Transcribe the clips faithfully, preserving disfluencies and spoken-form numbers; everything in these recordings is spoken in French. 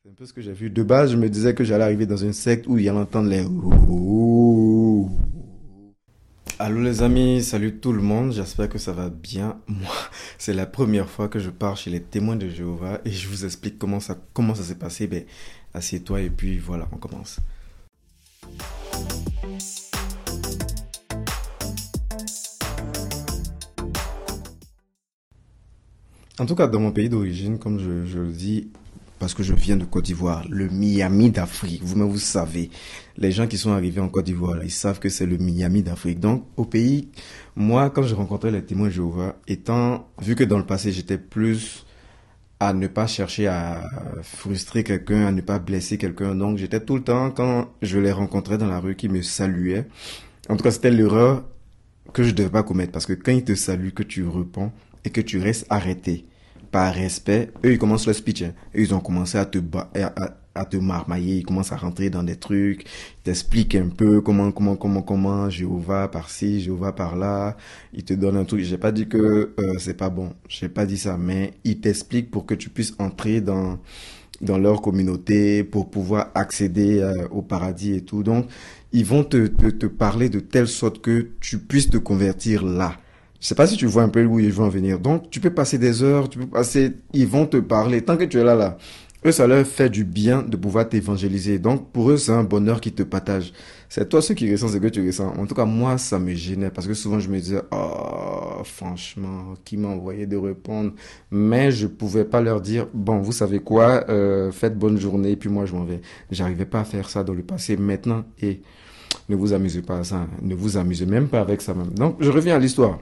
C'est un peu ce que j'ai vu. De base, je me disais que j'allais arriver dans une secte où il y allait entendre les ouh. Allô les amis, salut tout le monde, j'espère que ça va bien. Moi, c'est la première fois que je pars chez les témoins de Jéhovah et je vous explique comment ça, comment ça s'est passé. Ben, assieds-toi et puis voilà, on commence. En tout cas, dans mon pays d'origine, comme je, je le dis, parce que je viens de Côte d'Ivoire, le Miami d'Afrique, vous-même vous savez, les gens qui sont arrivés en Côte d'Ivoire, là, ils savent que c'est le Miami d'Afrique. Donc, au pays, moi, quand je rencontrais les témoins de Jéhovah, étant, vu que dans le passé, j'étais plus à ne pas chercher à frustrer quelqu'un, à ne pas blesser quelqu'un, donc j'étais tout le temps, quand je les rencontrais dans la rue, qui me saluaient, en tout cas, c'était l'erreur que je ne devais pas commettre, parce que quand ils te saluent, que tu réponds, et que tu restes arrêté, par respect, eux ils commencent le speech, hein. Eux, ils ont commencé à te ba- à, à- à te marmailler, ils commencent à rentrer dans des trucs, ils t'expliquent un peu comment comment comment comment Jéhovah par-ci, Jéhovah par-là, ils te donnent un truc. J'ai pas dit que euh, c'est pas bon, j'ai pas dit ça, mais ils t'expliquent pour que tu puisses entrer dans dans leur communauté pour pouvoir accéder euh, au paradis et tout. Donc, ils vont te, te, te parler de telle sorte que tu puisses te convertir là. Je sais pas si tu vois un peu où ils vont en venir. Donc, tu peux passer des heures, tu peux passer, ils vont te parler. Tant que tu es là, là, eux, ça leur fait du bien de pouvoir t'évangéliser. Donc, pour eux, c'est un bonheur qui te partage. C'est toi, ce qui ressent, ce que tu ressens. En tout cas, moi, ça me gênait parce que souvent, je me disais, oh, franchement, qui m'a envoyé de répondre? Mais je pouvais pas leur dire, bon, vous savez quoi, euh, faites bonne journée, puis moi, je m'en vais. J'arrivais pas à faire ça dans le passé. Maintenant, et ne vous amusez pas à ça. Hein. Ne vous amusez même pas avec ça même. Donc, je reviens à l'histoire.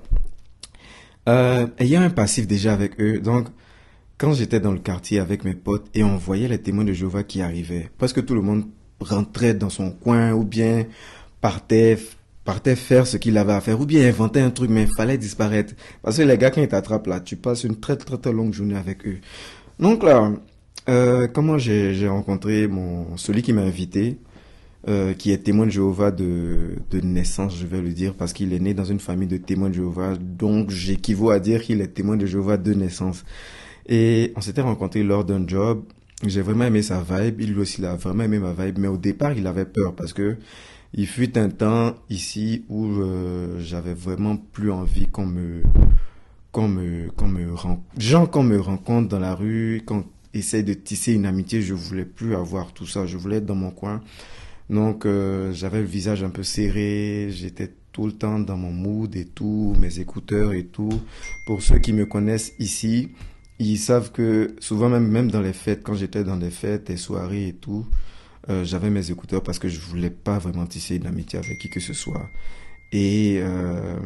Euh, ayant un passif déjà avec eux, donc quand j'étais dans le quartier avec mes potes et on voyait les témoins de Jéhovah qui arrivaient, presque tout le monde rentrait dans son coin ou bien partait partait faire ce qu'il avait à faire ou bien inventait un truc mais il fallait disparaître parce que les gars quand ils t'attrapent là, tu passes une très très très longue journée avec eux. Donc là, euh, comment j'ai j'ai rencontré mon celui qui m'a invité euh, qui est témoin de Jéhovah de, de naissance, je vais le dire, parce qu'il est né dans une famille de témoins de Jéhovah, donc j'équivaut à dire qu'il est témoin de Jéhovah de naissance. Et on s'était rencontrés lors d'un job, j'ai vraiment aimé sa vibe, il aussi il a vraiment aimé ma vibe, mais au départ il avait peur parce que il fut un temps ici où euh, j'avais vraiment plus envie qu'on me, qu'on me, qu'on me ren- gens qu'on me rencontre dans la rue, qu'on essaye de tisser une amitié, je voulais plus avoir tout ça, je voulais être dans mon coin. Donc, euh, j'avais le visage un peu serré, j'étais tout le temps dans mon mood et tout, mes écouteurs et tout. Pour ceux qui me connaissent ici, ils savent que souvent même, même dans les fêtes, quand j'étais dans des fêtes et soirées et tout, euh, j'avais mes écouteurs parce que je voulais pas vraiment tisser une amitié avec qui que ce soit. Et euh,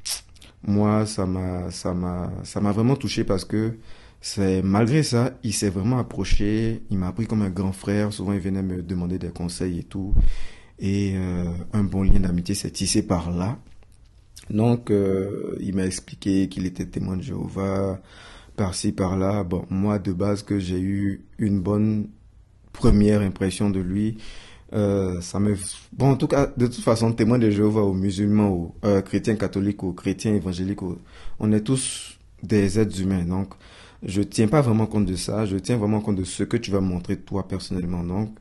moi, ça m'a, ça m'a, ça m'a vraiment touché parce que c'est malgré ça, il s'est vraiment approché. Il m'a pris comme un grand frère. Souvent, il venait me demander des conseils et tout. Et euh, un bon lien d'amitié s'est tissé par là. Donc, euh, il m'a expliqué qu'il était témoin de Jéhovah, par-ci, par-là. Bon, moi, de base, que j'ai eu une bonne première impression de lui. Euh, ça me... Bon, en tout cas, de toute façon, témoin de Jéhovah aux musulmans, aux euh, chrétiens catholiques, aux chrétiens évangéliques, aux- on est tous des êtres humains. Donc, je tiens pas vraiment compte de ça. Je tiens vraiment compte de ce que tu vas montrer toi personnellement. Donc,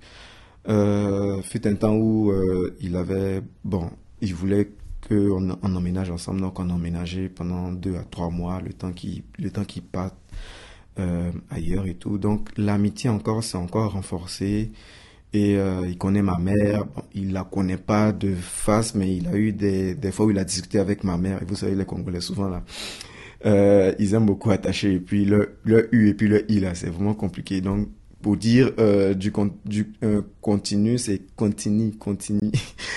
euh, fut un temps où euh, il avait... Bon, il voulait qu'on on emménage ensemble. Donc, on a emménagé pendant deux à trois mois, le temps qu'il le temps qu'il parte euh, ailleurs et tout. Donc, l'amitié encore s'est encore renforcée. Et euh, il connaît ma mère. Bon, il la connaît pas de face, mais il a eu des, des fois où il a discuté avec ma mère. Et vous savez, les Congolais, souvent là, euh, ils aiment beaucoup attacher. Et puis le, le U et puis le I là, c'est vraiment compliqué. Donc, pour dire euh, du, con- du euh, continu, c'est continue, continue.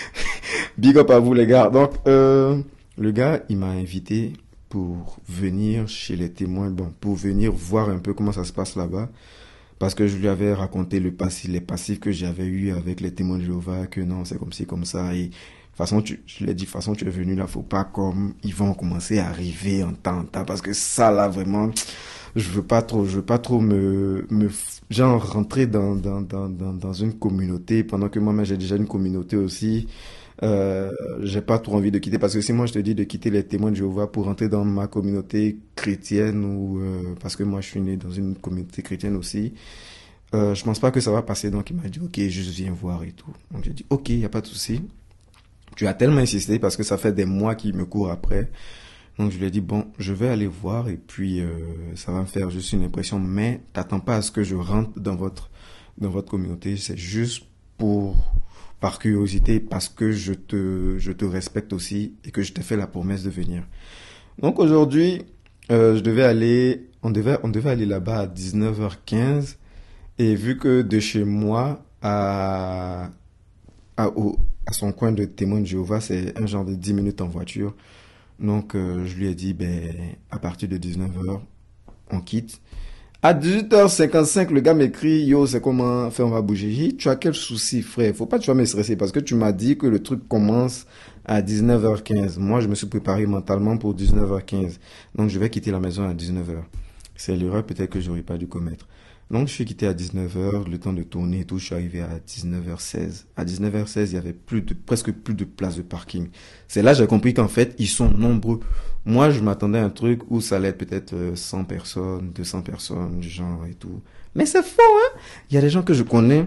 Big up à vous les gars. Donc, euh, le gars, il m'a invité pour venir chez les témoins, bon, pour venir voir un peu comment ça se passe là-bas. Parce que je lui avais raconté le passif, les passifs que j'avais eu avec les témoins de Jéhovah, que non, c'est comme ci, comme ça. Et de toute façon, tu, je lui ai dit, de toute façon, tu es venu là, faut pas comme ils vont commencer à arriver en temps, en temps. Parce que ça, là, vraiment, je veux pas trop, je veux pas trop me, me, genre, rentrer dans, dans, dans, dans, dans une communauté, pendant que moi-même, j'ai déjà une communauté aussi. Euh, j'ai pas trop envie de quitter parce que si moi je te dis de quitter les témoins de Jéhovah pour rentrer dans ma communauté chrétienne ou euh, parce que moi je suis né dans une communauté chrétienne aussi, euh, je pense pas que ça va passer. Donc, il m'a dit, ok, je viens voir et tout. Donc, j'ai dit, ok, il n'y a pas de souci. Tu as tellement insisté parce que ça fait des mois qu'il me court après. Donc, je lui ai dit, bon, je vais aller voir et puis euh, ça va me faire juste une impression. Mais t'attends pas à ce que je rentre dans votre, dans votre communauté. C'est juste pour, par curiosité, parce que je te, je te respecte aussi et que je t'ai fait la promesse de venir. Donc, aujourd'hui, euh, je devais aller, on devait, on devait aller là-bas à dix-neuf heures quinze. Et vu que de chez moi à, à, au- à son coin de témoin de Jéhovah, c'est un genre de dix minutes en voiture. Donc, euh, je lui ai dit, ben, à partir de dix-neuf heures, on quitte. À dix-huit heures cinquante-cinq, le gars m'écrit, yo, c'est comment, fait, on va bouger. J'ai dit, tu as quel souci, frère? Faut pas que tu vas me stresser parce que tu m'as dit que le truc commence à dix-neuf heures quinze. Moi, je me suis préparé mentalement pour dix-neuf heures quinze. Donc, je vais quitter la maison à dix-neuf heures. C'est l'erreur peut-être que j'aurais pas dû commettre. Donc, je suis quitté à dix-neuf heures, le temps de tourner et tout, je suis arrivé à dix-neuf heures seize. À dix-neuf heures seize, il y avait plus de, presque plus de place de parking. C'est là que j'ai compris qu'en fait, ils sont nombreux. Moi, je m'attendais à un truc où ça allait être peut-être euh, cent personnes, deux cents personnes, du genre et tout. Mais c'est faux, hein? Il y a des gens que je connais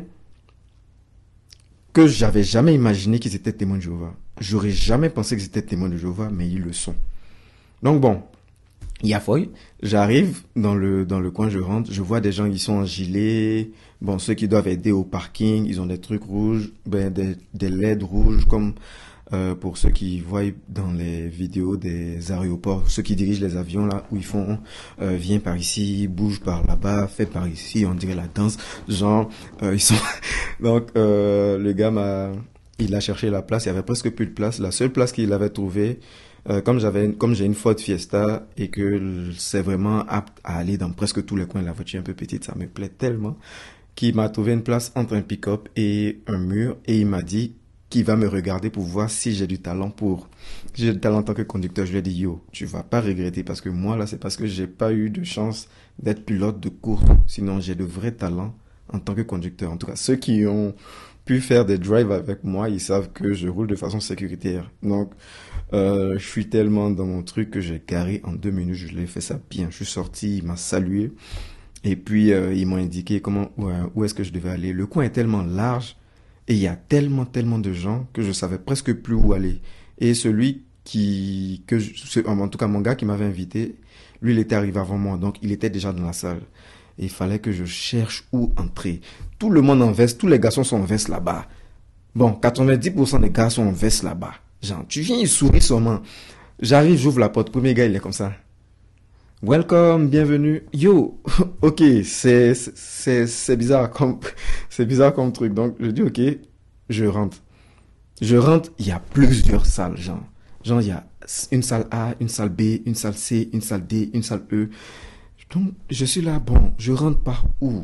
que j'avais jamais imaginé qu'ils étaient témoins de Jéhovah. J'aurais jamais pensé qu'ils étaient témoins de Jéhovah, mais ils le sont. Donc bon, il y a foy, j'arrive dans le, dans le coin, je rentre, je vois des gens qui sont en gilet, bon, ceux qui doivent aider au parking, ils ont des trucs rouges, ben, des, des L E D rouges, comme euh, pour ceux qui voient dans les vidéos des aéroports, ceux qui dirigent les avions, là, où ils font, euh, viens par ici, bouge par là-bas, fais par ici, on dirait la danse, genre, euh, ils sont, donc, euh, le gars m'a, il a cherché la place, il y avait presque plus de place, la seule place qu'il avait trouvée, euh, comme j'avais, comme j'ai une Ford Fiesta et que c'est vraiment apte à aller dans presque tous les coins, la voiture un peu petite, ça me plaît tellement, qu'il m'a trouvé une place entre un pick-up et un mur et il m'a dit qu'il va me regarder pour voir si j'ai du talent pour, si j'ai du talent en tant que conducteur. Je lui ai dit, yo, tu vas pas regretter parce que moi, là, c'est parce que j'ai pas eu de chance d'être pilote de course. Sinon, j'ai de vrais talents en tant que conducteur. En tout cas, ceux qui ont pu faire des drives avec moi, ils savent que je roule de façon sécuritaire. Donc, euh, je suis tellement dans mon truc que j'ai garé en deux minutes, je l'ai fait ça bien. Je suis sorti, il m'a salué et puis euh, ils m'ont indiqué comment où, euh, où est-ce que je devais aller. Le coin est tellement large et il y a tellement tellement de gens que je savais presque plus où aller. Et celui qui que je, ce- en tout cas mon gars qui m'avait invité, lui il était arrivé avant moi, donc il était déjà dans la salle. Et il fallait que je cherche où entrer. Tout le monde en veste, tous les garçons sont en veste là-bas. Bon, quatre-vingt-dix pour cent des gars sont en veste là-bas. Genre, tu viens, il sourit seulement. J'arrive, j'ouvre la porte. Premier gars, il est comme ça. Welcome, bienvenue. Yo, ok, c'est, c'est, c'est bizarre comme, c'est bizarre comme truc. Donc, je dis, ok, je rentre. Je rentre, il y a plusieurs salles, genre. Genre, il y a une salle A, une salle B, une salle C, une salle D, une salle E. Donc, je suis là, bon, je rentre par où?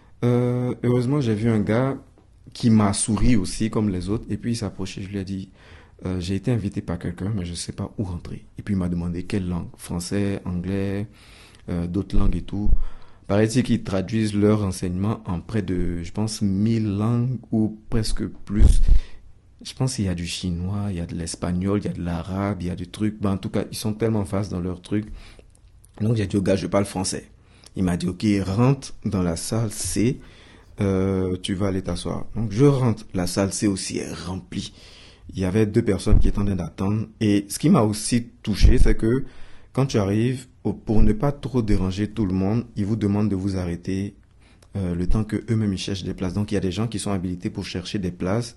Euh, heureusement, j'ai vu un gars qui m'a souri aussi, comme les autres, et puis il s'est approché, je lui ai dit, euh, j'ai été invité par quelqu'un, mais je ne sais pas où rentrer. Et puis il m'a demandé quelle langue, français, anglais, euh, d'autres langues et tout. Paraît-il qu'ils traduisent leurs enseignements en près de, je pense, mille langues ou presque plus. Je pense qu'il y a du chinois, il y a de l'espagnol, il y a de l'arabe, il y a des trucs. Ben, en tout cas, ils sont tellement face dans leurs trucs. Donc j'ai dit au gars, je parle français. Il m'a dit, ok, rentre dans la salle C, euh, tu vas aller t'asseoir. Donc je rentre, la salle C aussi est remplie. Il y avait deux personnes qui étaient en train d'attendre. Et ce qui m'a aussi touché, c'est que quand tu arrives, au- pour ne pas trop déranger tout le monde, ils vous demandent de vous arrêter euh, le temps que eux-mêmes ils cherchent des places. Donc il y a des gens qui sont habilités pour chercher des places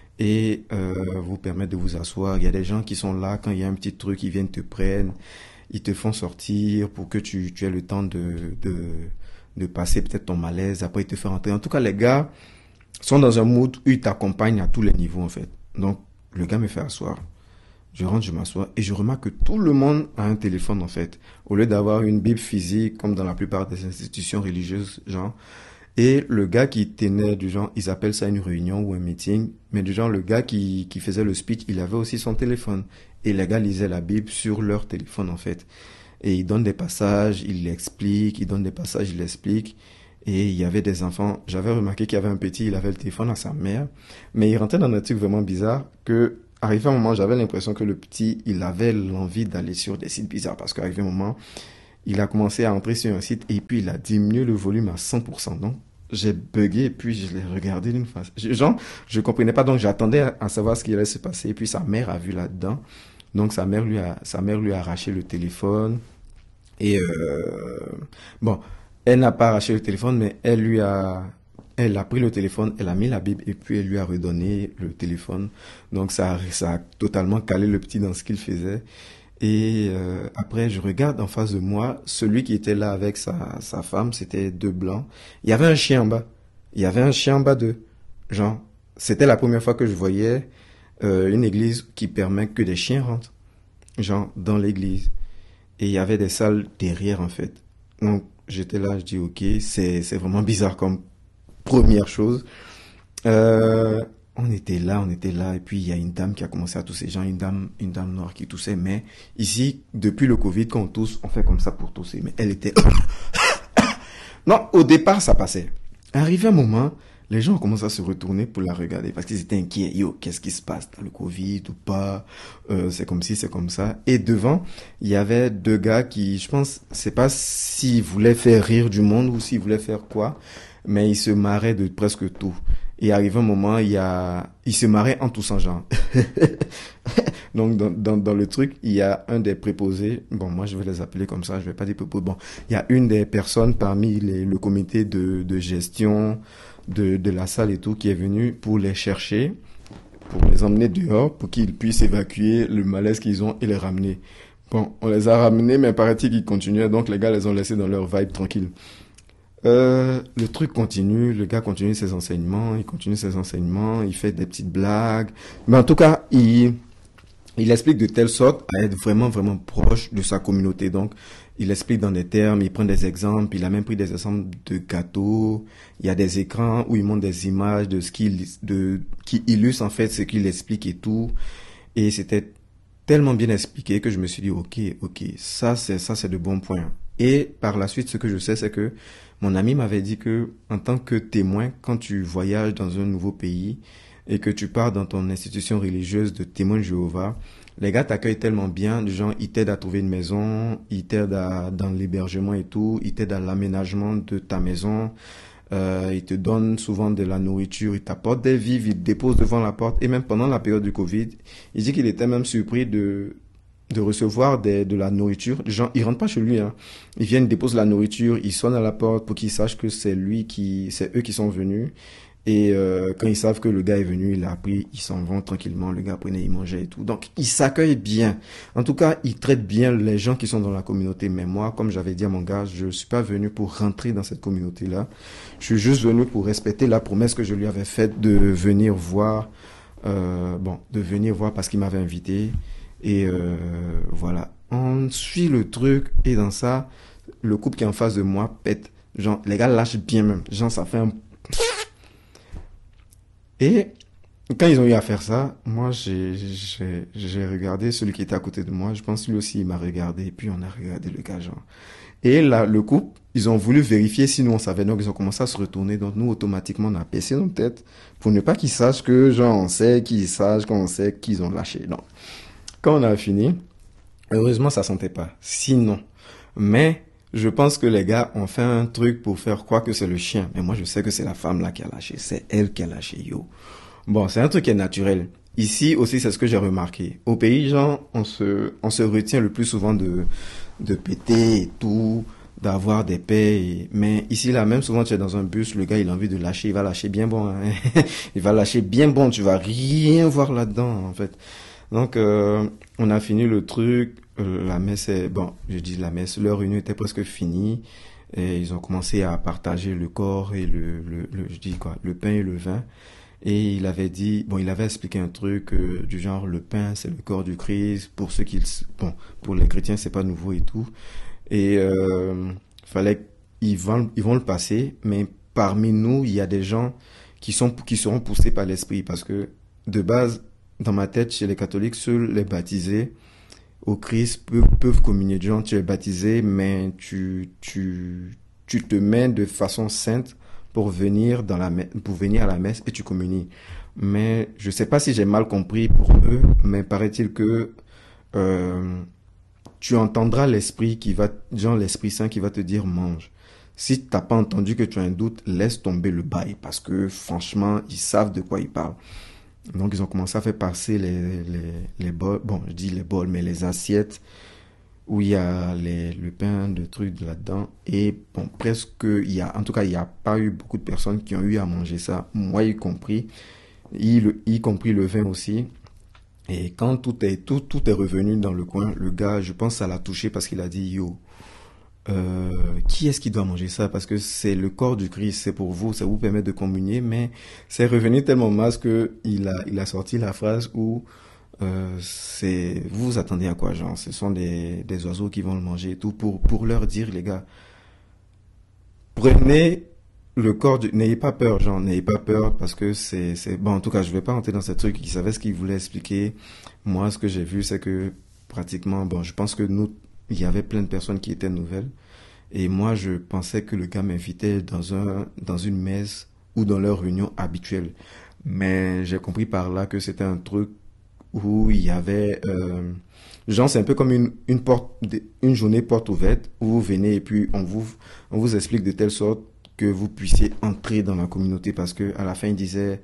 et euh, vous permettre de vous asseoir. Il y a des gens qui sont là quand il y a un petit truc, ils viennent te prendre, ils te font sortir pour que tu, tu aies le temps de, de, de passer peut-être ton malaise. Après, ils te font rentrer. En tout cas, les gars sont dans un mood où ils t'accompagnent à tous les niveaux, en fait. Donc, le gars me fait asseoir. Je rentre, je m'assois et je remarque que tout le monde a un téléphone, en fait. Au lieu d'avoir une Bible physique, comme dans la plupart des institutions religieuses, genre. Et le gars qui tenait du genre, ils appellent ça une réunion ou un meeting, mais du genre, le gars qui, qui faisait le speech, il avait aussi son téléphone. Et les gars lisaient la Bible sur leur téléphone, en fait. Et ils donnent des passages, ils l'expliquent, ils donnent des passages, ils l'expliquent. Et il y avait des enfants, j'avais remarqué qu'il y avait un petit, il avait le téléphone à sa mère, mais il rentrait dans un truc vraiment bizarre que, arrivé un moment, j'avais l'impression que le petit, il avait l'envie d'aller sur des sites bizarres parce qu'arrivé un moment, il a commencé à entrer sur un site et puis il a diminué le volume à cent pour cent. Donc, j'ai bugué et puis je l'ai regardé d'une façon. je- Genre, je comprenais pas, donc j'attendais à, à savoir ce qui allait se passer. Et puis sa mère a vu là-dedans. Donc sa mère lui a, sa mère lui a arraché le téléphone. Et euh, bon, elle n'a pas arraché le téléphone, mais elle lui a, elle a pris le téléphone, elle a mis la Bible et puis elle lui a redonné le téléphone. Donc ça, a- ça a totalement calé le petit dans ce qu'il faisait. Et euh, après, je regarde en face de moi, celui qui était là avec sa, sa femme, c'était deux blancs. Il y avait un chien en bas. Il y avait un chien en bas d'eux. Genre, c'était la première fois que je voyais euh, une église qui permet que des chiens rentrent. Genre, dans l'église. Et il y avait des salles derrière, en fait. Donc, j'étais là, je dis, ok, c'est, c'est vraiment bizarre comme première chose. Euh, on était là, on était là, et puis il y a une dame qui a commencé à tousser, genre une dame, une dame noire qui toussait, mais ici, depuis le Covid, quand on tousse, on fait comme ça pour tousser, mais elle était... Non, au départ, ça passait. Arrivé un moment, les gens ont commencé à se retourner pour la regarder, parce qu'ils étaient inquiets. Yo, qu'est-ce qui se passe? T'as le Covid ou pas? Euh, c'est comme ci, c'est comme ça. Et devant, il y avait deux gars qui, je pense, c'est pas s'ils voulaient faire rire du monde ou s'ils voulaient faire quoi, mais ils se marraient de presque tout. Et arrivé un moment, il y a, ils se marraient en toussant, genre. Donc, dans, dans, dans le truc, il y a un des préposés. Bon, moi, je vais les appeler comme ça. Je vais pas dire préposés. Bon, il y a une des personnes parmi les, le comité de, de gestion de, de la salle et tout qui est venue pour les chercher, pour les emmener dehors, pour qu'ils puissent évacuer le malaise qu'ils ont et les ramener. Bon, on les a ramenés, mais paraît-il qu'ils continuaient. Donc, les gars les ont laissés dans leur vibe tranquille. Euh, le truc continue, le gars continue ses enseignements, il continue ses enseignements, il fait des petites blagues. Mais en tout cas, il, il explique de telle sorte à être vraiment, vraiment proche de sa communauté. Donc, il explique dans des termes, il prend des exemples, il a même pris des exemples de gâteaux. Il y a des écrans où il montre des images de ce qu'il, de, qui illustrent en fait ce qu'il explique et tout. Et c'était tellement bien expliqué que je me suis dit, ok, ok, ça c'est, ça c'est de bons points. Et par la suite, ce que je sais, c'est que mon ami m'avait dit que, en tant que témoin, quand tu voyages dans un nouveau pays et que tu pars dans ton institution religieuse de témoin de Jéhovah, les gars t'accueillent tellement bien, du genre, ils t'aident à trouver une maison, ils t'aident à- dans l'hébergement et tout, ils t'aident à l'aménagement de ta maison, euh, ils te donnent souvent de la nourriture, ils t'apportent des vivres, ils te déposent devant la porte. Et même pendant la période du Covid, il dit qu'il était même surpris de, de recevoir des, de la nourriture. Les gens, ils rentrent pas chez lui, hein. Ils viennent, ils déposent la nourriture, ils sonnent à la porte pour qu'ils sachent que c'est lui qui, c'est eux qui sont venus. Et euh, quand ils savent que le gars est venu, il a pris, ils s'en vont tranquillement, le gars prenait, il mangeait et tout. Donc, ils s'accueillent bien. En tout cas, ils traitent bien les gens qui sont dans la communauté. Mais moi, comme j'avais dit à mon gars, je suis pas venu pour rentrer dans cette communauté-là. Je suis juste venu pour respecter la promesse que je lui avais faite de venir voir, euh, bon, de venir voir parce qu'il m'avait invité. Et euh, voilà. On suit le truc et dans ça, le couple qui est en face de moi pète. Genre, les gars lâchent bien même. Genre, ça fait un... Et quand ils ont eu à faire ça, moi, j'ai, j'ai, j'ai regardé celui qui était à côté de moi. Je pense que lui aussi, il m'a regardé. Et puis, on a regardé le gars, genre. Et là, le couple, ils ont voulu vérifier si nous, on savait. Donc, ils ont commencé à se retourner. Donc, nous, automatiquement, on a baissé nos têtes pour ne pas qu'ils sachent que, genre, on sait, qu'ils sachent qu'on sait qu'ils ont lâché. Donc, quand on a fini, heureusement, ça sentait pas. Sinon, mais je pense que les gars ont fait un truc pour faire croire que c'est le chien. Mais moi, je sais que c'est la femme là qui a lâché. C'est elle qui a lâché, yo. Bon, c'est un truc qui est naturel. Ici aussi, c'est ce que j'ai remarqué. Au pays, genre, on se, on se retient le plus souvent de, de péter et tout, d'avoir des paix. et- Mais ici, là, même souvent, tu es dans un bus, le gars, il a envie de lâcher, il va lâcher bien bon, hein. Il va lâcher bien bon, tu vas rien voir là-dedans, en fait. Donc, euh, on a fini le truc, euh, la messe est, bon, je dis la messe, leur réunion était presque finie, et ils ont commencé à partager le corps et le, le, le- je dis quoi, le pain et le vin. Et il avait dit, bon, il avait expliqué un truc euh, du genre, le pain, c'est le corps du Christ, pour ceux qui, le s- bon, pour les chrétiens, c'est pas nouveau et tout. Et, euh, fallait, ils vont, ils vont le passer, mais parmi nous, il y a des gens qui sont, qui seront poussés par l'esprit, parce que, de base, dans ma tête, chez les catholiques, seuls les baptisés au Christ peuvent, peuvent communier. Genre, tu es baptisé, mais tu, tu, tu te mets de façon sainte pour venir dans la, me- pour venir à la messe et tu communies. Mais je sais pas si j'ai mal compris pour eux, mais paraît-il que euh, tu entendras l'esprit qui va, genre l'Esprit Saint qui va te dire mange. Si t'as pas entendu que tu as un doute, laisse tomber le bail parce que franchement, ils savent de quoi ils parlent. Donc, ils ont commencé à faire passer les, les, les bols, bon, je dis les bols, mais les assiettes où il y a les, le pain de trucs là-dedans. Et bon, presque, il y a, en tout cas, il n'y a pas eu beaucoup de personnes qui ont eu à manger ça, moi y compris, y, y compris le vin aussi. Et quand tout est, tout, tout est revenu dans le coin, le gars, je pense, ça l'a touché parce qu'il a dit, yo, euh, qui est-ce qui doit manger ça? Parce que c'est le corps du Christ, c'est pour vous, ça vous permet de communier, mais c'est revenu tellement masse que il a, il a sorti la phrase où euh, c'est, vous vous attendez à quoi, genre, ce sont des, des oiseaux qui vont le manger et tout, pour, pour leur dire, les gars, prenez le corps du, n'ayez pas peur, genre, n'ayez pas peur, parce que c'est, c'est, bon, en tout cas, je vais pas rentrer dans ce truc, il savait ce qu'il voulait expliquer. Moi, ce que j'ai vu, c'est que, pratiquement, bon, je pense que nous, il y avait plein de personnes qui étaient nouvelles, et moi, je pensais que le gars m'invitait dans un, dans une messe ou dans leur réunion habituelle. Mais j'ai compris par là que c'était un truc où il y avait, euh, genre, c'est un peu comme une, une porte, une journée porte ouverte où vous venez et puis on vous, on vous explique de telle sorte que vous puissiez entrer dans la communauté parce que à la fin il disait,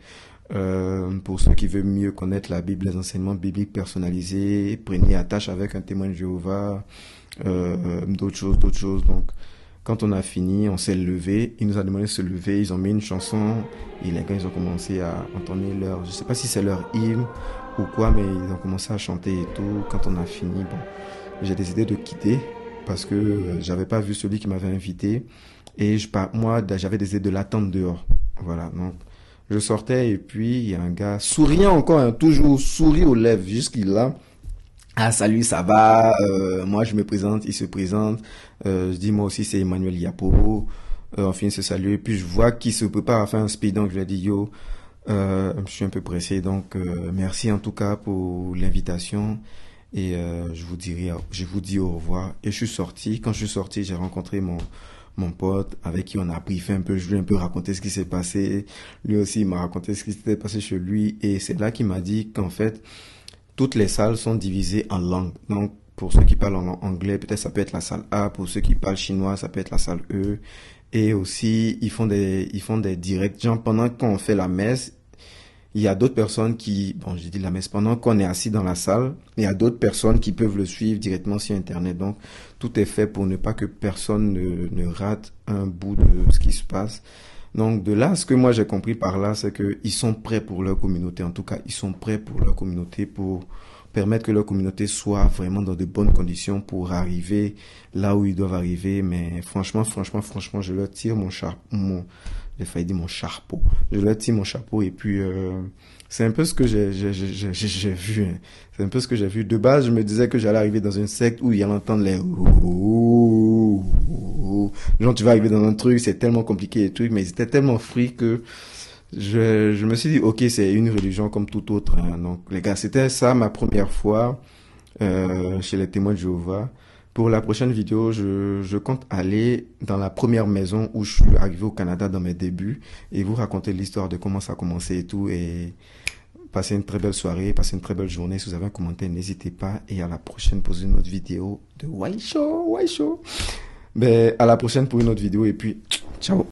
euh, pour ceux qui veulent mieux connaître la Bible, les enseignements bibliques personnalisés, prenez attache avec un témoin de Jéhovah, euh, d'autres choses, d'autres choses. Donc, quand on a fini, on s'est levé. Il nous a demandé de se lever. Ils ont mis une chanson. Et les gars, ils ont commencé à entonner leur, je sais pas si c'est leur hymne ou quoi, mais ils ont commencé à chanter et tout. Quand on a fini, bon, j'ai décidé de quitter parce que euh, j'avais pas vu celui qui m'avait invité. Et je, par- moi, j'avais décidé de l'attendre dehors. Voilà. Donc, je sortais et puis il y a un gars souriant encore, hein, toujours souri aux lèvres jusqu'il là. Ah salut, ça va? Euh, moi je me présente, il se présente. Euh, je dis moi aussi c'est Emmanuel Yapo. Euh, on finit ce salut et puis je vois qu'il se prépare à faire un speed donc je lui ai dit yo, euh, je suis un peu pressé donc euh, merci en tout cas pour l'invitation et euh, je vous dirai, je vous dis au revoir et je suis sorti. Quand je suis sorti j'ai rencontré mon mon pote avec qui on a briefé un peu, je lui ai un peu raconté ce qui s'est passé. Lui aussi il m'a raconté ce qui s'était passé chez lui et c'est là qu'il m'a dit qu'en fait toutes les salles sont divisées en langues. Donc, pour ceux qui parlent en anglais, peut-être ça peut être la salle A. Pour ceux qui parlent chinois, ça peut être la salle E. Et aussi, ils font des, ils font des directs. Genre, pendant qu'on fait la messe, il y a d'autres personnes qui, bon, j'ai dit la messe, pendant qu'on est assis dans la salle, il y a d'autres personnes qui peuvent le suivre directement sur Internet. Donc, tout est fait pour ne pas que personne ne, ne rate un bout de ce qui se passe. Donc, de là, ce que moi j'ai compris par là, c'est que ils sont prêts pour leur communauté. En tout cas, ils sont prêts pour leur communauté, pour permettre que leur communauté soit vraiment dans de bonnes conditions pour arriver là où ils doivent arriver. Mais franchement, franchement, franchement, je leur tire mon chapeau, mon, j'ai failli dire mon chapeau. Je leur tire mon chapeau et puis, euh, c'est un peu ce que j'ai, j'ai, j'ai, j'ai, j'ai j'ai vu, hein. C'est un peu ce que j'ai vu. De base, je me disais que j'allais arriver dans une secte où il y allait entendre les ouh, ouh. Genre, tu vas arriver dans un truc, c'est tellement compliqué et trucs, mais ils étaient tellement free que je, je me suis dit, ok, c'est une religion comme toute autre, hein. Donc, les gars, c'était ça ma première fois euh, chez les témoins de Jéhovah. Pour la prochaine vidéo, je, je compte aller dans la première maison où je suis arrivé au Canada dans mes débuts et vous raconter l'histoire de comment ça a commencé et tout et passer une très belle soirée, passer une très belle journée. Si vous avez un commentaire, n'hésitez pas et à la prochaine pour une autre vidéo de White Show, White Show. Ben, à la prochaine pour une autre vidéo et puis, ciao.